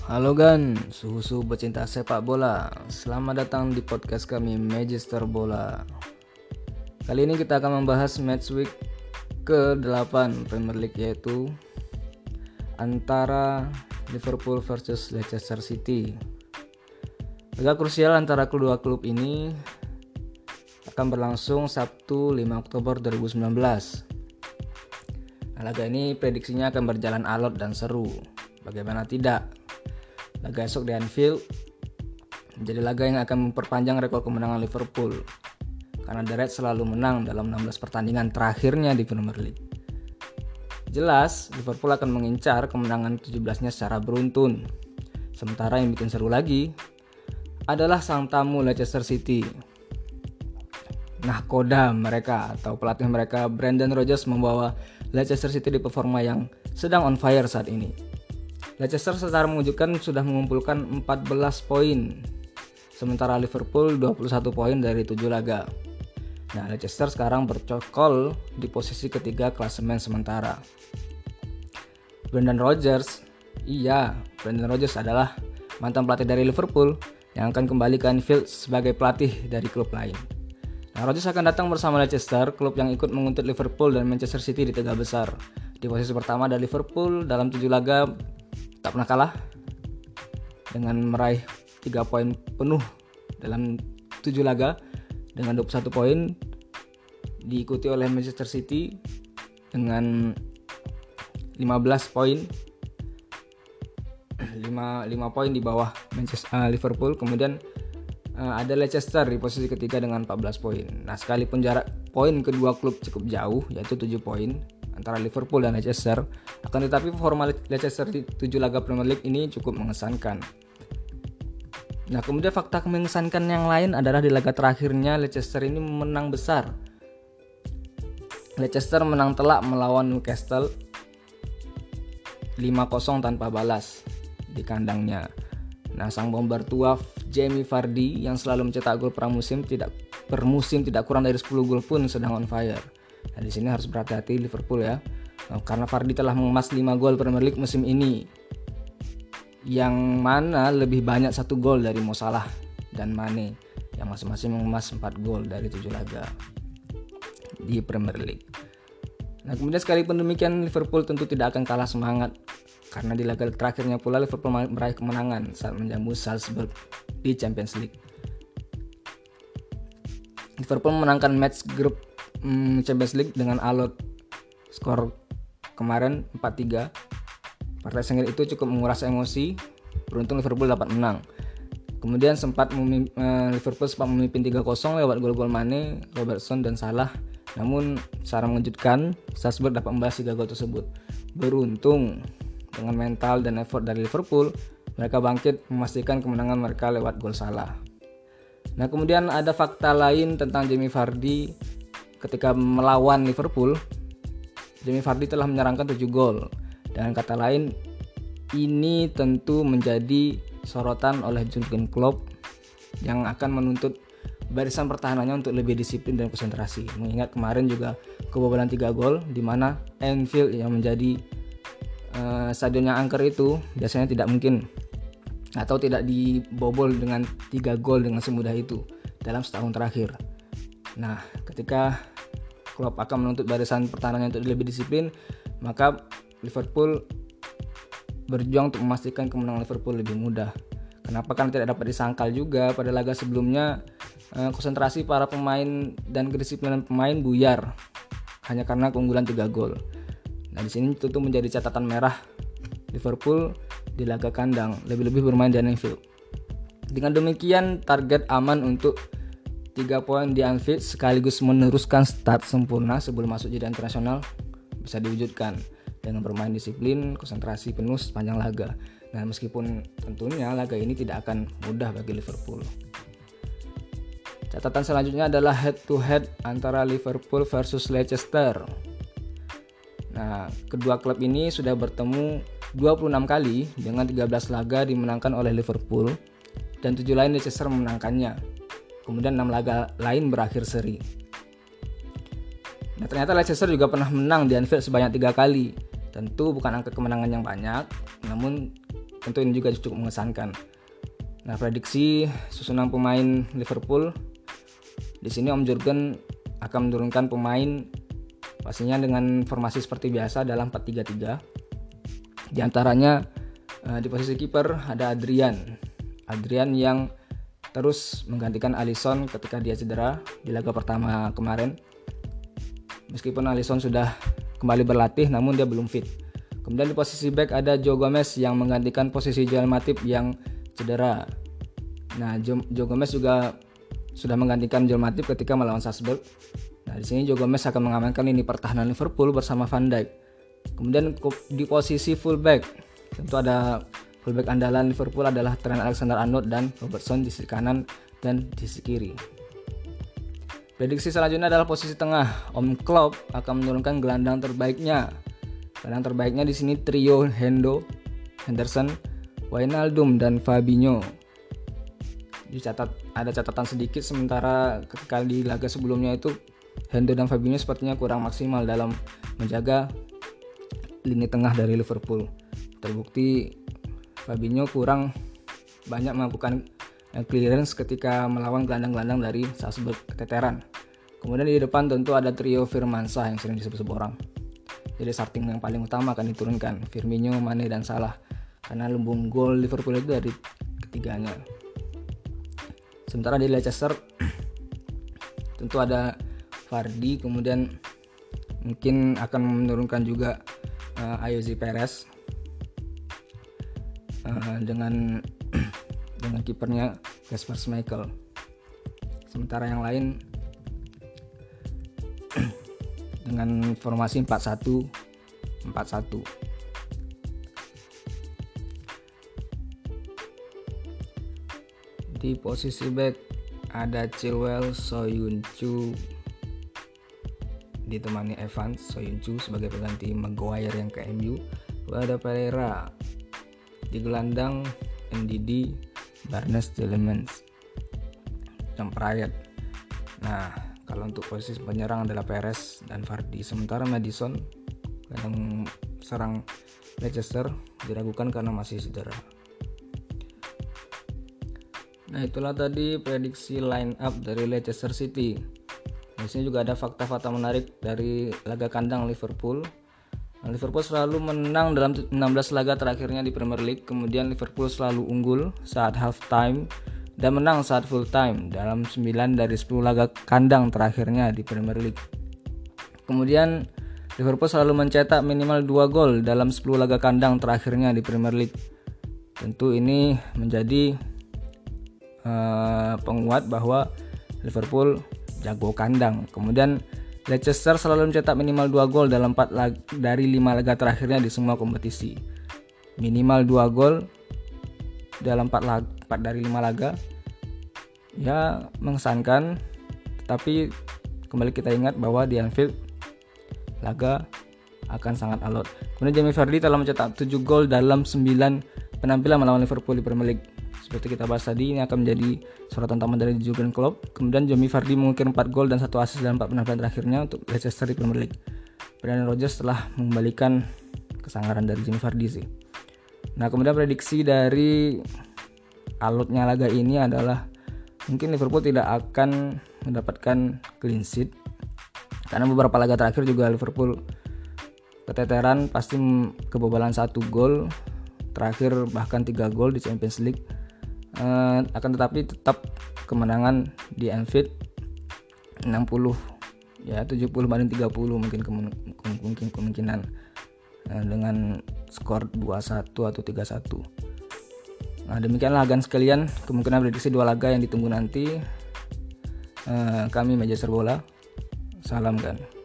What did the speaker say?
Halo Gan, suhu-suhu pecinta sepak bola. Selamat datang di podcast kami Magister Bola. Kali ini kita akan membahas match week ke-8 Premier League, yaitu antara Liverpool versus Leicester City. Laga krusial antara kedua klub ini akan berlangsung Sabtu 5 Oktober 2019. Laga ini prediksinya akan berjalan alot dan seru. Bagaimana tidak? Laga esok di Anfield menjadi laga yang akan memperpanjang rekor kemenangan Liverpool, karena The Reds selalu menang dalam 16 pertandingan terakhirnya di Premier League. Jelas, Liverpool akan mengincar kemenangan 17-nya secara beruntun. Sementara yang bikin seru lagi adalah sang tamu Leicester City. Nahkoda mereka atau pelatih mereka Brendan Rodgers membawa Leicester City di performa yang sedang on fire saat ini. Leicester secara mengejutkan sudah mengumpulkan 14 poin, sementara Liverpool 21 poin dari 7 laga. Nah, Leicester sekarang bercokol di posisi ketiga klasemen sementara. Brendan Rodgers adalah mantan pelatih dari Liverpool yang akan kembali ke Anfield sebagai pelatih dari klub lain. Nah, Rodgers akan datang bersama Leicester, klub yang ikut menguntit Liverpool dan Manchester City di tiga besar. Di posisi pertama ada Liverpool dalam 7 laga tak pernah kalah dengan meraih 3 poin penuh dalam 7 laga dengan 21 poin, diikuti oleh Manchester City dengan 15 poin, 5 poin di bawah Liverpool. Kemudian ada Leicester di posisi ketiga dengan 14 poin. Nah, sekalipun jarak poin kedua klub cukup jauh, yaitu 7 poin antara Liverpool dan Leicester, akan tetapi performa Leicester di 7 laga Premier League ini cukup mengesankan. Nah, kemudian fakta mengesankan yang lain adalah di laga terakhirnya Leicester ini menang besar. Leicester menang telak melawan Newcastle 5-0 tanpa balas di kandangnya. Nah, sang bomber tua Jamie Vardy yang selalu mencetak gol per musim tidak kurang dari 10 gol pun sedang on fire. Nah, di sini harus berhati-hati Liverpool ya. Nah, karena Vardy telah mengemas 5 gol Premier League musim ini, yang mana lebih banyak 1 gol dari Mo Salah dan Mane yang masing-masing mengemas 4 gol dari 7 laga di Premier League. Nah, kemudian sekalipun demikian Liverpool tentu tidak akan kalah semangat, karena di laga terakhirnya pula Liverpool meraih kemenangan saat menjamu Salzburg di Champions League. Liverpool memenangkan match grup Champions League dengan alot. Skor kemarin 4-3. Partai sengit itu cukup menguras emosi. Beruntung Liverpool dapat menang. Kemudian Liverpool sempat memimpin 3-0 lewat gol-gol Mane, Robertson dan Salah. Namun secara mengejutkan Salzburg dapat membalas 3 gol tersebut. Beruntung dengan mental dan effort dari Liverpool, mereka bangkit memastikan kemenangan mereka lewat gol Salah. Nah, kemudian ada fakta lain tentang Jamie Vardy. Ketika melawan Liverpool, Jamie Vardy telah menyerangkan 7 gol. Dengan kata lain, ini tentu menjadi sorotan oleh Jurgen Klopp yang akan menuntut barisan pertahanannya untuk lebih disiplin dan konsentrasi. Mengingat kemarin juga kebobolan 3 gol, di mana Anfield yang menjadi stadion yang angker itu biasanya tidak mungkin atau tidak dibobol dengan 3 gol dengan semudah itu dalam setahun terakhir. Nah, ketika Klopp akan menuntut barisan pertahanannya untuk lebih disiplin, maka Liverpool berjuang untuk memastikan kemenangan Liverpool lebih mudah. Kenapa? Karena tidak dapat disangkal juga pada laga sebelumnya konsentrasi para pemain dan kedisiplinan pemain buyar hanya karena keunggulan 3 gol. Nah, di sini tentu menjadi catatan merah Liverpool di laga kandang, lebih-lebih bermain di Anfield. Dengan demikian, target aman untuk 3 poin di Anfield sekaligus meneruskan start sempurna sebelum masuk jeda internasional bisa diwujudkan dengan bermain disiplin, konsentrasi penuh sepanjang laga. Nah, meskipun tentunya laga ini tidak akan mudah bagi Liverpool. Catatan selanjutnya adalah head to head antara Liverpool versus Leicester. Nah, kedua klub ini sudah bertemu 26 kali dengan 13 laga dimenangkan oleh Liverpool dan 7 lain Leicester memenangkannya. Kemudian 6 laga lain berakhir seri. Nah, ternyata Leicester juga pernah menang di Anfield sebanyak 3 kali. Tentu bukan angka kemenangan yang banyak, namun tentu ini juga cukup mengesankan. Nah, prediksi susunan pemain Liverpool di sini Om Jurgen akan menurunkan pemain pastinya dengan formasi seperti biasa dalam 4-3-3. Di antaranya di posisi kiper ada Adrian yang terus menggantikan Alisson ketika dia cedera di laga pertama kemarin. Meskipun Alisson sudah kembali berlatih namun dia belum fit. Kemudian di posisi back ada Joe Gomez yang menggantikan posisi Joel Matip yang cedera. Nah, Joe Gomez juga sudah menggantikan Joel Matip ketika melawan Salzburg. Nah, di sini Joe Gomez akan mengamankan lini pertahanan Liverpool bersama Van Dijk. Kemudian di posisi fullback tentu ada fullback andalan Liverpool adalah Trent Alexander-Arnold dan Robertson di sisi kanan dan di sisi kiri. Prediksi selanjutnya adalah posisi tengah. Om Klopp akan menurunkan gelandang terbaiknya. Gelandang terbaiknya di sini trio Henderson, Wijnaldum dan Fabinho. Ada catatan sedikit sementara ketika di laga sebelumnya itu Hendo dan Fabinho sepertinya kurang maksimal dalam menjaga lini tengah dari Liverpool. Terbukti Fabinho kurang banyak melakukan clearance ketika melawan gelandang-gelandang dari Salzburg keteteran. Kemudian di depan tentu ada trio Firmansyah yang sering disebut orang. Jadi starting yang paling utama akan diturunkan Firmino, Mane dan Salah karena lumbung gol Liverpool itu dari ketiganya. Sementara di Leicester tentu ada Vardy, kemudian mungkin akan menurunkan juga Ayoze Perez dengan kipernya Kasper Schmeichel. Sementara yang lain dengan formasi 4-1-4-1. Di posisi back ada Chilwell, Soyuncu ditemani Evans, Soyuncu sebagai pengganti Maguire yang ke MU. Ada Pereira di gelandang, NDD, Barnes, Tielemans, dan Prayet. Nah, kalau untuk posisi penyerang adalah Perez dan Vardy. Sementara Maddison, gelandang serang Leicester, diragukan karena masih cedera. Nah, itulah tadi prediksi line up dari Leicester City. Di sini juga ada fakta-fakta menarik dari laga kandang Liverpool. Liverpool selalu menang dalam 16 laga terakhirnya di Premier League. Kemudian Liverpool selalu unggul saat half time dan menang saat full time dalam 9 dari 10 laga kandang terakhirnya di Premier League. Kemudian Liverpool selalu mencetak minimal 2 gol dalam 10 laga kandang terakhirnya di Premier League. Tentu ini menjadi penguat bahwa Liverpool jago kandang. Kemudian Leicester selalu mencetak minimal 2 gol dalam 4 dari 5 laga terakhirnya di semua kompetisi. Minimal 2 gol dalam 4 dari 5 laga. Ya, mengesankan. Tetapi kembali kita ingat bahwa di Anfield laga akan sangat alot. Kemudian Jamie Vardy telah mencetak 7 gol dalam 9 penampilan melawan Liverpool di Premier League. Seperti kita bahas tadi, ini akan menjadi sorotan utama dari Jurgen Klopp. Kemudian Jamie Vardy mengukir 4 gol dan 1 assist dalam 4 penampilan terakhirnya untuk Leicester di Premier League. Brendan Rodgers telah mengembalikan kesangaran dari Jamie Vardy sih. Nah, kemudian prediksi dari alotnya laga ini adalah mungkin Liverpool tidak akan mendapatkan clean sheet karena beberapa laga terakhir juga Liverpool keteteran, pasti kebobolan 1 gol, terakhir bahkan 3 gol di Champions League. Akan tetapi tetap kemenangan di Anfield 70 banding 30 mungkin kemungkinan dengan skor 2-1 atau 3-1. Nah, demikianlah agan sekalian kemungkinan prediksi 2 laga yang ditunggu nanti. Kami Meja Serbola, salam kan.